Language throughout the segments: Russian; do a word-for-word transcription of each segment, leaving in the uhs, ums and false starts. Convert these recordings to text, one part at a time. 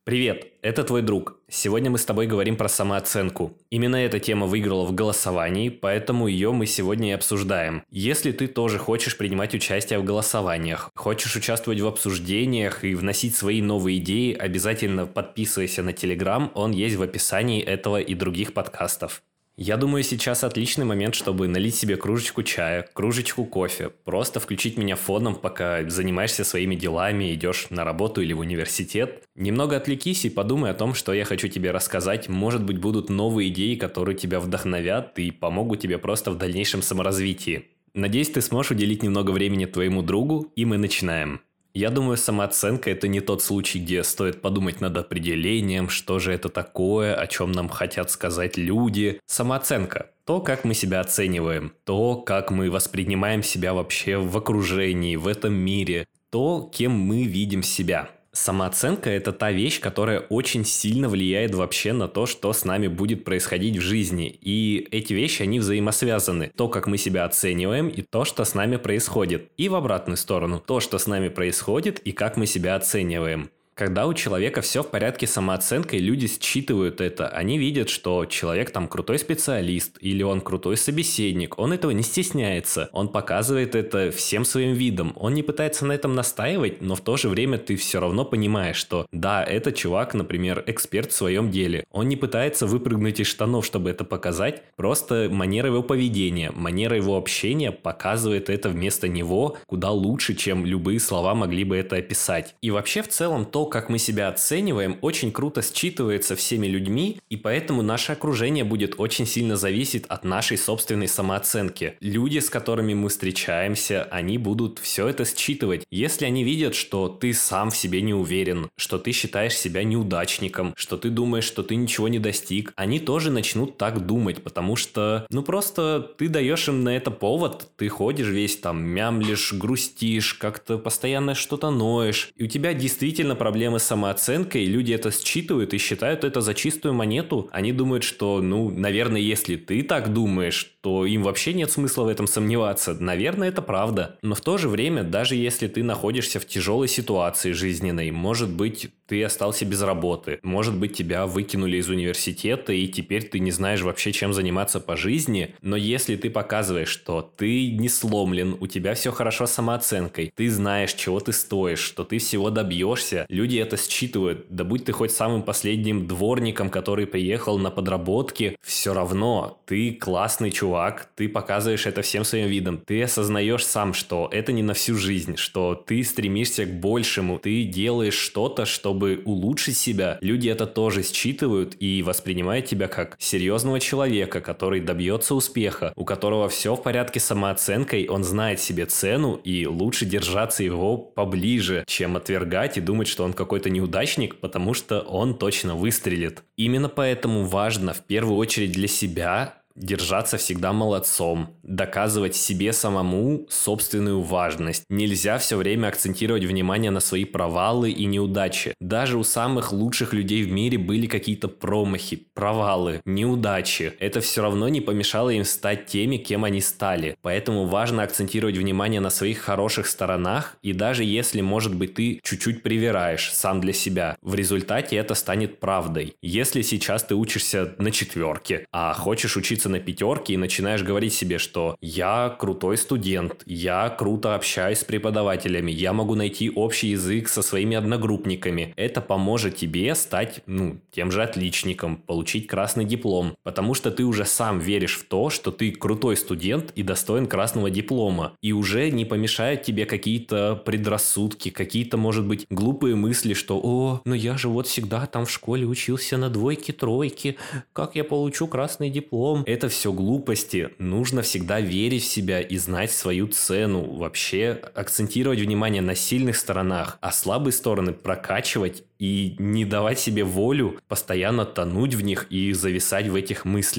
Привет, это твой друг. Сегодня мы с тобой говорим про самооценку. Именно эта тема выиграла в голосовании, поэтому ее мы сегодня и обсуждаем. Если ты тоже хочешь принимать участие в голосованиях, хочешь участвовать в обсуждениях и вносить свои новые идеи, обязательно подписывайся на Telegram, он есть в описании этого и других подкастов. Я думаю, сейчас отличный момент, чтобы налить себе кружечку чая, кружечку кофе, просто включить меня фоном, пока занимаешься своими делами, идешь на работу или в университет. Немного отвлекись и подумай о том, что я хочу тебе рассказать. Может быть, будут новые идеи, которые тебя вдохновят и помогут тебе просто в дальнейшем саморазвитии. Надеюсь, ты сможешь уделить немного времени твоему другу, и мы начинаем. Я думаю, самооценка – это не тот случай, где стоит подумать над определением, что же это такое, о чем нам хотят сказать люди. Самооценка – то, как мы себя оцениваем, то, как мы воспринимаем себя вообще в окружении, в этом мире, то, кем мы видим себя. Самооценка – это та вещь, которая очень сильно влияет вообще на то, что с нами будет происходить в жизни. И эти вещи, они взаимосвязаны. То, как мы себя оцениваем, и то, что с нами происходит. И в обратную сторону. То, что с нами происходит, и как мы себя оцениваем. Когда у человека все в порядке с самооценкой, люди считывают это. Они видят, что человек там крутой специалист или он крутой собеседник. Он этого не стесняется. Он показывает это всем своим видом. Он не пытается на этом настаивать, но в то же время ты все равно понимаешь, что да, этот чувак, например, эксперт в своем деле. Он не пытается выпрыгнуть из штанов, чтобы это показать. Просто манера его поведения, манера его общения показывает это вместо него куда лучше, чем любые слова могли бы это описать. И вообще в целом то, как мы себя оцениваем, очень круто считывается всеми людьми, и поэтому наше окружение будет очень сильно зависеть от нашей собственной самооценки. Люди, с которыми мы встречаемся, они будут все это считывать. Если они видят, что ты сам в себе не уверен, что ты считаешь себя неудачником, что ты думаешь, что ты ничего не достиг, они тоже начнут так думать, потому что, ну просто ты даешь им на это повод, ты ходишь весь там, мямлишь, грустишь, как-то постоянно что-то ноешь, и у тебя действительно проблемы проблемы с самооценкой, люди это считывают и считают это за чистую монету. Они думают, что, ну, наверное, если ты так думаешь, то им вообще нет смысла в этом сомневаться. Наверное, это правда. Но в то же время, даже если ты находишься в тяжелой ситуации жизненной, может быть, ты остался без работы, может быть, тебя выкинули из университета, и теперь ты не знаешь вообще, чем заниматься по жизни, но если ты показываешь, что ты не сломлен, у тебя все хорошо с самооценкой, ты знаешь, чего ты стоишь, что ты всего добьешься, люди это считывают. Да будь ты хоть самым последним дворником, который приехал на подработки, все равно ты классный чувак, ты показываешь это всем своим видом. Ты осознаешь сам, что это не на всю жизнь, что ты стремишься к большему, ты делаешь что-то, чтобы улучшить себя. Люди это тоже считывают и воспринимают тебя как серьезного человека, который добьется успеха, у которого все в порядке с самооценкой, он знает себе цену, и лучше держаться его поближе, чем отвергать и думать, что он какой-то неудачник, потому что он точно выстрелит. Именно поэтому важно в первую очередь для себя держаться всегда молодцом, доказывать себе самому собственную важность. Нельзя все время акцентировать внимание на свои провалы и неудачи. Даже у самых лучших людей в мире были какие-то промахи, провалы, неудачи. Это все равно не помешало им стать теми, кем они стали. Поэтому важно акцентировать внимание на своих хороших сторонах, и даже если, может быть, ты чуть-чуть привираешь сам для себя, в результате это станет правдой. Если сейчас ты учишься на четверке, а хочешь учиться на пятерке и начинаешь говорить себе, что я крутой студент, я круто общаюсь с преподавателями, я могу найти общий язык со своими одногруппниками. Это поможет тебе стать, ну, тем же отличником, получить красный диплом, потому что ты уже сам веришь в то, что ты крутой студент и достоин красного диплома, и уже не помешают тебе какие-то предрассудки, какие-то, может быть, глупые мысли, что «О, ну я же вот всегда там в школе учился на двойке, тройке, как я получу красный диплом?» Это все глупости. Нужно всегда верить в себя и знать свою цену. Вообще акцентировать внимание на сильных сторонах, а слабые стороны прокачивать и не давать себе волю постоянно тонуть в них и зависать в этих мыслях.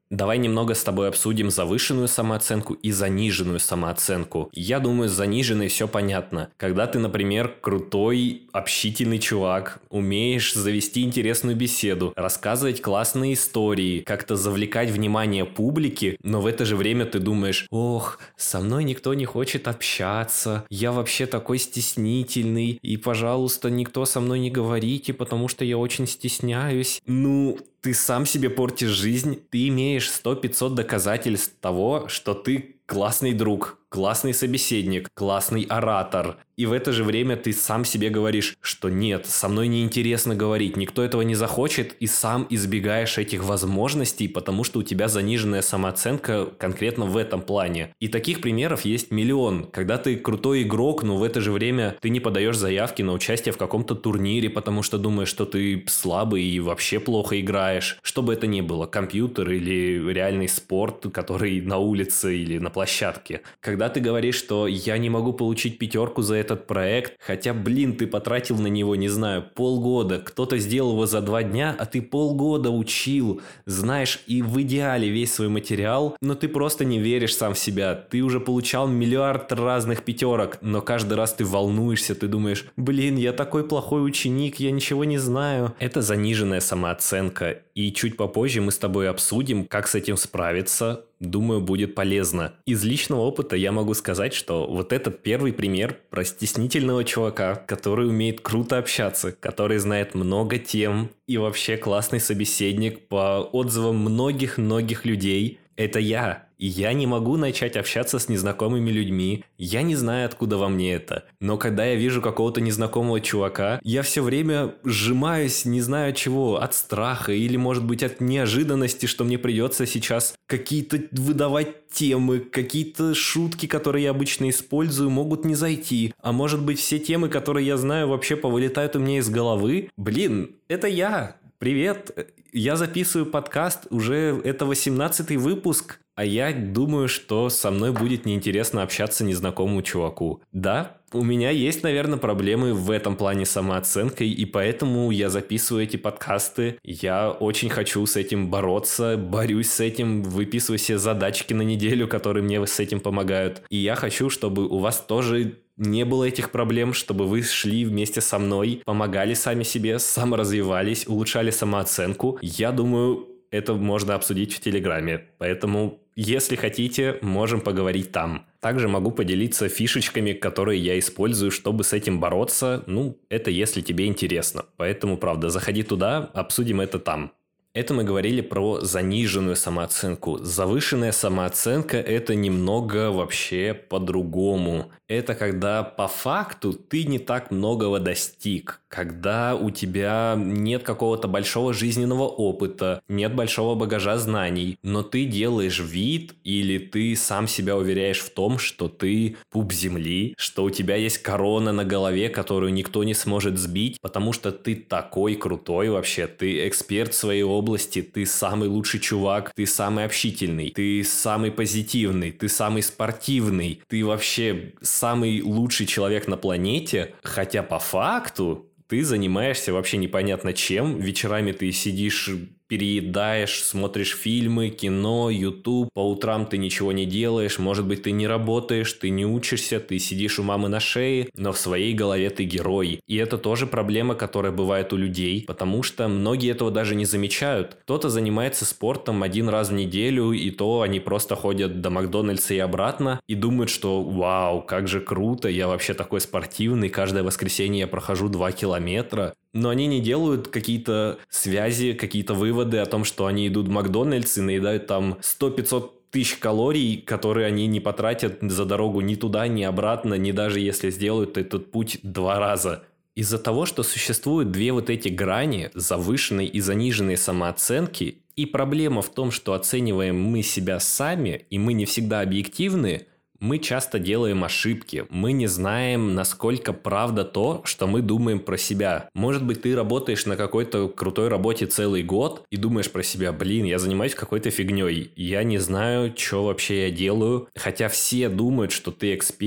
Давай немного с тобой обсудим завышенную самооценку и заниженную самооценку. Я думаю, с заниженной все понятно. Когда ты, например, крутой, общительный чувак, умеешь завести интересную беседу, рассказывать классные истории, как-то завлекать внимание публики, но в это же время ты думаешь: ох, со мной никто не хочет общаться, я вообще такой стеснительный, и, пожалуйста, никто со мной не говорите, потому что я очень стесняюсь. Ну... Ты сам себе портишь жизнь, ты имеешь сто-пятьсот доказательств того, что ты классный друг, классный собеседник, классный оратор. И в это же время ты сам себе говоришь, что нет, со мной неинтересно говорить, никто этого не захочет, и сам избегаешь этих возможностей, потому что у тебя заниженная самооценка конкретно в этом плане. И таких примеров есть миллион. Когда ты крутой игрок, но в это же время ты не подаешь заявки на участие в каком-то турнире, потому что думаешь, что ты слабый и вообще плохо играешь. Что бы это ни было, компьютер или реальный спорт, который на улице или на площадке. Когда ты говоришь, что я не могу получить пятерку за этот проект, хотя, блин, ты потратил на него, не знаю, полгода, кто-то сделал его за два дня, а ты полгода учил, знаешь и в идеале весь свой материал, но ты просто не веришь сам в себя, ты уже получал миллиард разных пятерок, но каждый раз ты волнуешься, ты думаешь: блин, я такой плохой ученик, я ничего не знаю. Это заниженная самооценка, и чуть попозже мы с тобой обсудим, как с этим справиться. Думаю, будет полезно. Из личного опыта я могу сказать, что вот этот первый пример про стеснительного чувака, который умеет круто общаться, который знает много тем и вообще классный собеседник по отзывам многих-многих людей, это я. И я не могу начать общаться с незнакомыми людьми. Я не знаю, откуда во мне это. Но когда я вижу какого-то незнакомого чувака, я все время сжимаюсь, не знаю чего, от страха или, может быть, от неожиданности, что мне придется сейчас какие-то выдавать темы, какие-то шутки, которые я обычно использую, могут не зайти. А может быть, все темы, которые я знаю, вообще повылетают у меня из головы. Блин, это я. Привет. Я записываю подкаст, уже это восемнадцатый выпуск, а я думаю, что со мной будет неинтересно общаться незнакомому чуваку. Да, у меня есть, наверное, проблемы в этом плане с самооценкой, и поэтому я записываю эти подкасты. Я очень хочу с этим бороться, борюсь с этим, выписываю себе задачки на неделю, которые мне с этим помогают. И я хочу, чтобы у вас тоже не было этих проблем, чтобы вы шли вместе со мной, помогали сами себе, саморазвивались, улучшали самооценку. Я думаю, это можно обсудить в Телеграме. Поэтому, если хотите, можем поговорить там. Также могу поделиться фишечками, которые я использую, чтобы с этим бороться. Ну, это если тебе интересно. Поэтому, правда, заходи туда, обсудим это там. Это мы говорили про заниженную самооценку. Завышенная самооценка – это немного вообще по-другому. Это когда по факту ты не так многого достиг, когда у тебя нет какого-то большого жизненного опыта, нет большого багажа знаний, но ты делаешь вид или ты сам себя уверяешь в том, что ты пуп земли, что у тебя есть корона на голове, которую никто не сможет сбить, потому что ты такой крутой вообще, ты эксперт в своей области, ты самый лучший чувак, ты самый общительный, ты самый позитивный, ты самый спортивный, ты вообще самый лучший человек на планете, хотя по факту ты занимаешься вообще непонятно чем. Вечерами ты сидишь, переедаешь, смотришь фильмы, кино, YouTube. По утрам ты ничего не делаешь. Может быть, ты не работаешь, ты не учишься, ты сидишь у мамы на шее, но в своей голове ты герой. И это тоже проблема, которая бывает у людей, потому что многие этого даже не замечают. Кто-то занимается спортом один раз в неделю, и то они просто ходят до Макдональдса и обратно, и думают, что вау, как же круто, я вообще такой спортивный, каждое воскресенье я прохожу два километра. Но они не делают какие-то связи, какие-то выводы о том, что они идут в Макдональдс и наедают там сто-пятьсот тысяч калорий, которые они не потратят за дорогу ни туда, ни обратно, ни даже если сделают этот путь два раза. Из-за того, что существуют две вот эти грани, завышенной и заниженной самооценки, и проблема в том, что оцениваем мы себя сами, и мы не всегда объективны, мы часто делаем ошибки, мы не знаем, насколько правда то, что мы думаем про себя. Может быть, ты работаешь на какой-то крутой работе целый год и думаешь про себя: блин, я занимаюсь какой-то фигней, я не знаю, что вообще я делаю. Хотя все думают, что ты эксперт,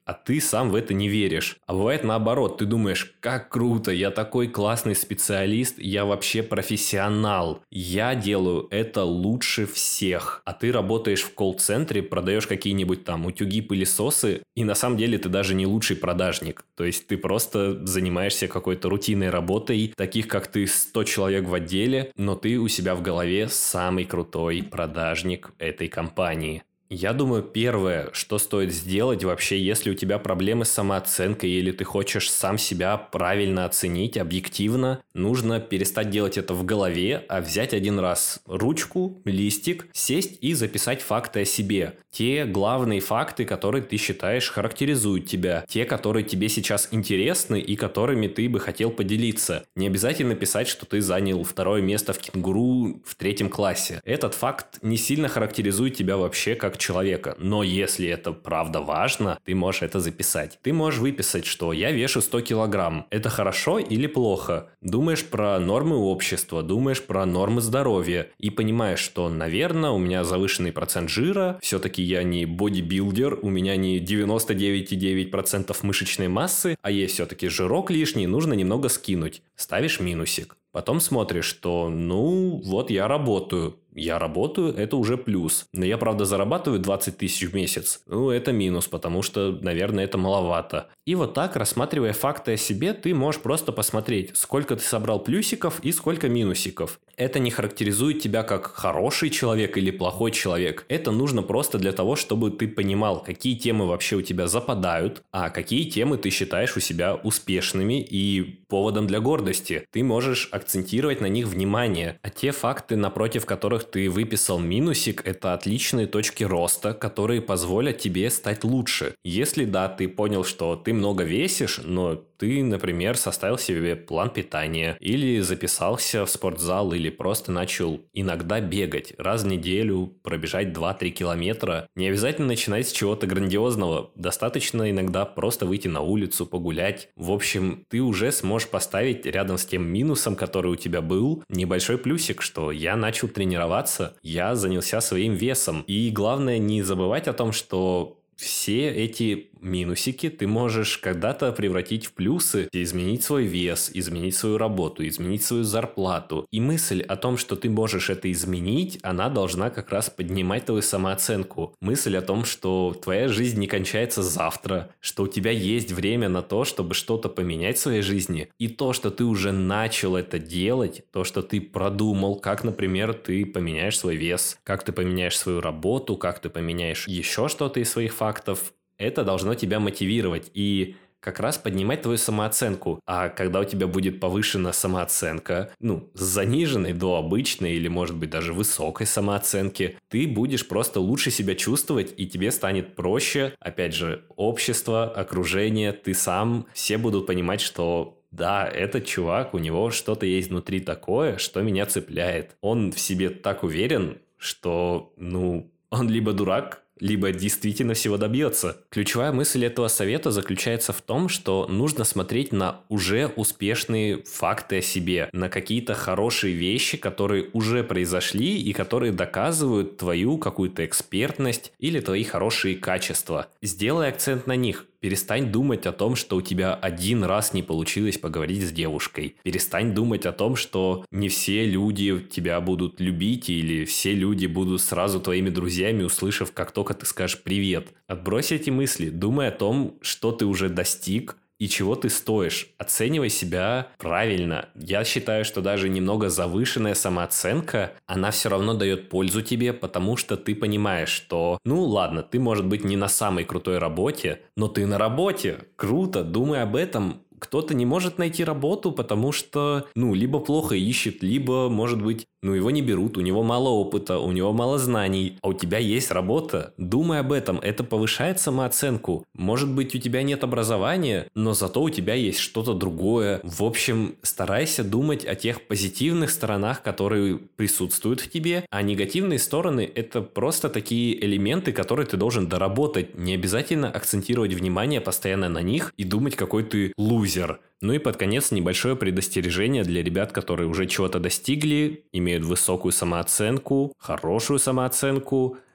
а ты сам в это не веришь. А бывает наоборот, ты думаешь, как круто, я такой классный специалист, я вообще профессионал, я делаю это лучше всех. А ты работаешь в колл-центре, продаешь какие-нибудь там утюги, пылесосы, и на самом деле ты даже не лучший продажник. То есть ты просто занимаешься какой-то рутинной работой, таких как ты сто человек в отделе, но ты у себя в голове самый крутой продажник этой компании. Я думаю, первое, что стоит сделать вообще, если у тебя проблемы с самооценкой или ты хочешь сам себя правильно оценить, объективно, нужно перестать делать это в голове, а взять один раз ручку, листик, сесть и записать факты о себе. Те главные факты, которые ты считаешь характеризуют тебя, те, которые тебе сейчас интересны и которыми ты бы хотел поделиться. Не обязательно писать, что ты занял второе место в кенгуру в третьем классе. Этот факт не сильно характеризует тебя вообще как человека. Но если это правда важно, ты можешь это записать. Ты можешь выписать, что я вешу сто килограмм. Это хорошо или плохо? Думаешь про нормы общества, думаешь про нормы здоровья и понимаешь, что, наверное, у меня завышенный процент жира, все-таки я не бодибилдер, у меня не девяносто девять целых девять десятых процента мышечной массы, а есть все-таки жирок лишний, нужно немного скинуть. Ставишь минусик. Потом смотришь, что, ну, вот я работаю. Я работаю, это уже плюс. Но я, правда, зарабатываю двадцать тысяч в месяц. Ну, это минус, потому что, наверное, это маловато. И вот так, рассматривая факты о себе, ты можешь просто посмотреть, сколько ты собрал плюсиков и сколько минусиков. Это не характеризует тебя как хороший человек или плохой человек. Это нужно просто для того, чтобы ты понимал, какие темы вообще у тебя западают, а какие темы ты считаешь у себя успешными и поводом для гордости. Ты можешь акцентировать на них внимание. А те факты, напротив которых ты выписал минусик, это отличные точки роста, которые позволят тебе стать лучше. Если да, ты понял, что ты много весишь, но ты, например, составил себе план питания или записался в спортзал или просто начал иногда бегать раз в неделю, пробежать два-три километра. Не обязательно начинать с чего-то грандиозного, достаточно иногда просто выйти на улицу, погулять. В общем, ты уже сможешь поставить рядом с тем минусом, который у тебя был, небольшой плюсик, что я начал тренироваться, я занялся своим весом. И главное не забывать о том, что все эти минусики ты можешь когда-то превратить в плюсы, изменить свой вес, изменить свою работу, изменить свою зарплату. И мысль о том, что ты можешь это изменить, она должна как раз поднимать твою самооценку. Мысль о том, что твоя жизнь не кончается завтра, что у тебя есть время на то, чтобы что-то поменять в своей жизни. И то, что ты уже начал это делать, то, что ты продумал, как, например, ты поменяешь свой вес, как ты поменяешь свою работу, как ты поменяешь еще что-то из своих фактов, это должно тебя мотивировать и как раз поднимать твою самооценку. А когда у тебя будет повышена самооценка, ну, с заниженной до обычной или, может быть, даже высокой самооценки, ты будешь просто лучше себя чувствовать, и тебе станет проще. Опять же, общество, окружение, ты сам, все будут понимать, что да, этот чувак, у него что-то есть внутри такое, что меня цепляет. Он в себе так уверен, что, ну, он либо дурак, либо действительно всего добьется. Ключевая мысль этого совета заключается в том, что нужно смотреть на уже успешные факты о себе, на какие-то хорошие вещи, которые уже произошли и которые доказывают твою какую-то экспертность или твои хорошие качества. Сделай акцент на них. Перестань думать о том, что у тебя один раз не получилось поговорить с девушкой. Перестань думать о том, что не все люди тебя будут любить или все люди будут сразу твоими друзьями, услышав, как только ты скажешь «привет». Отбрось эти мысли. Думай о том, что ты уже достиг и чего ты стоишь. Оценивай себя правильно. Я считаю, что даже немного завышенная самооценка, она все равно дает пользу тебе, потому что ты понимаешь, что, ну ладно, ты, может быть, не на самой крутой работе, но ты на работе. Круто, думай об этом. Кто-то не может найти работу, потому что, ну, либо плохо ищет, либо, может быть, ну, его не берут, у него мало опыта, у него мало знаний, а у тебя есть работа. Думай об этом, это повышает самооценку. Может быть, у тебя нет образования, но зато у тебя есть что-то другое. В общем, старайся думать о тех позитивных сторонах, которые присутствуют в тебе, а негативные стороны – это просто такие элементы, которые ты должен доработать. Не обязательно акцентировать внимание постоянно на них и думать, какой ты лузер. Ну и под конец небольшое предостережение для ребят, которые уже чего-то достигли, имеют высокую самооценку, хорошую самооценку.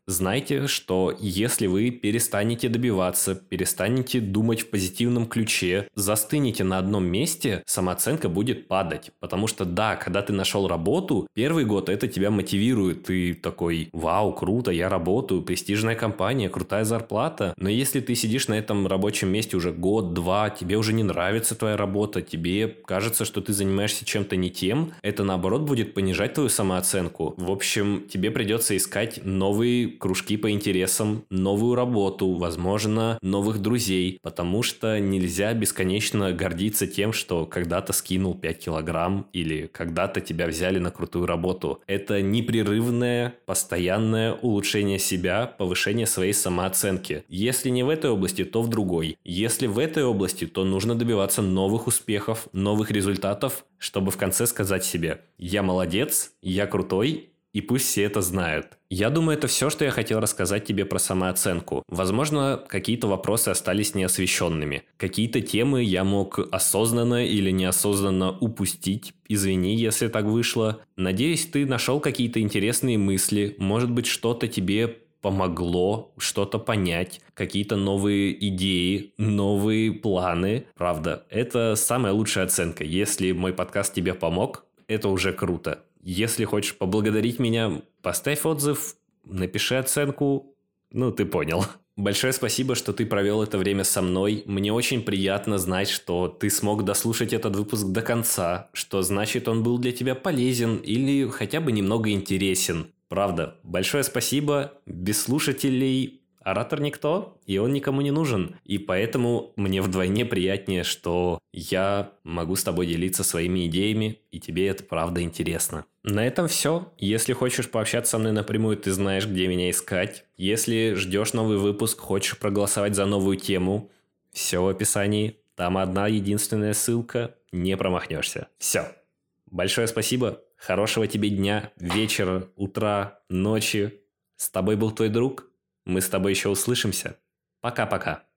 Знайте, что если вы перестанете добиваться, перестанете думать в позитивном ключе, застынете на одном месте, самооценка будет падать. Потому что да, когда ты нашел работу, первый год это тебя мотивирует. Ты такой: вау, круто, я работаю, престижная компания, крутая зарплата. Но если ты сидишь на этом рабочем месте уже год-два, тебе уже не нравится твоя работа, тебе кажется, что ты занимаешься чем-то не тем, это наоборот будет понижать твою самооценку. В общем, тебе придется искать новые кружки по интересам, новую работу, возможно, новых друзей, потому что нельзя бесконечно гордиться тем, что когда-то скинул пять килограмм или когда-то тебя взяли на крутую работу. Это непрерывное, постоянное улучшение себя, повышение своей самооценки. Если не в этой области, то в другой. Если в этой области, то нужно добиваться новых успехов, новых результатов, чтобы в конце сказать себе: я молодец, я крутой, и пусть все это знают. Я думаю, это все, что я хотел рассказать тебе про самооценку. Возможно, какие-то вопросы остались неосвещенными. Какие-то темы я мог осознанно или неосознанно упустить. Извини, если так вышло. Надеюсь, ты нашел какие-то интересные мысли. Может быть, что-то тебе помогло что-то понять, какие-то новые идеи, новые планы. Правда, это самая лучшая оценка. Если мой подкаст тебе помог, это уже круто. Если хочешь поблагодарить меня, поставь отзыв, напиши оценку, ну ты понял. Большое спасибо, что ты провел это время со мной. Мне очень приятно знать, что ты смог дослушать этот выпуск до конца, что значит он был для тебя полезен или хотя бы немного интересен. Правда, большое спасибо. Без слушателей оратор никто, и он никому не нужен. И поэтому мне вдвойне приятнее, что я могу с тобой делиться своими идеями, и тебе это правда интересно. На этом все. Если хочешь пообщаться со мной напрямую, ты знаешь, где меня искать. Если ждешь новый выпуск, хочешь проголосовать за новую тему, все в описании. Там одна единственная ссылка, не промахнешься. Все. Большое спасибо. Хорошего тебе дня, вечера, утра, ночи. С тобой был твой друг. Мы с тобой еще услышимся. Пока-пока.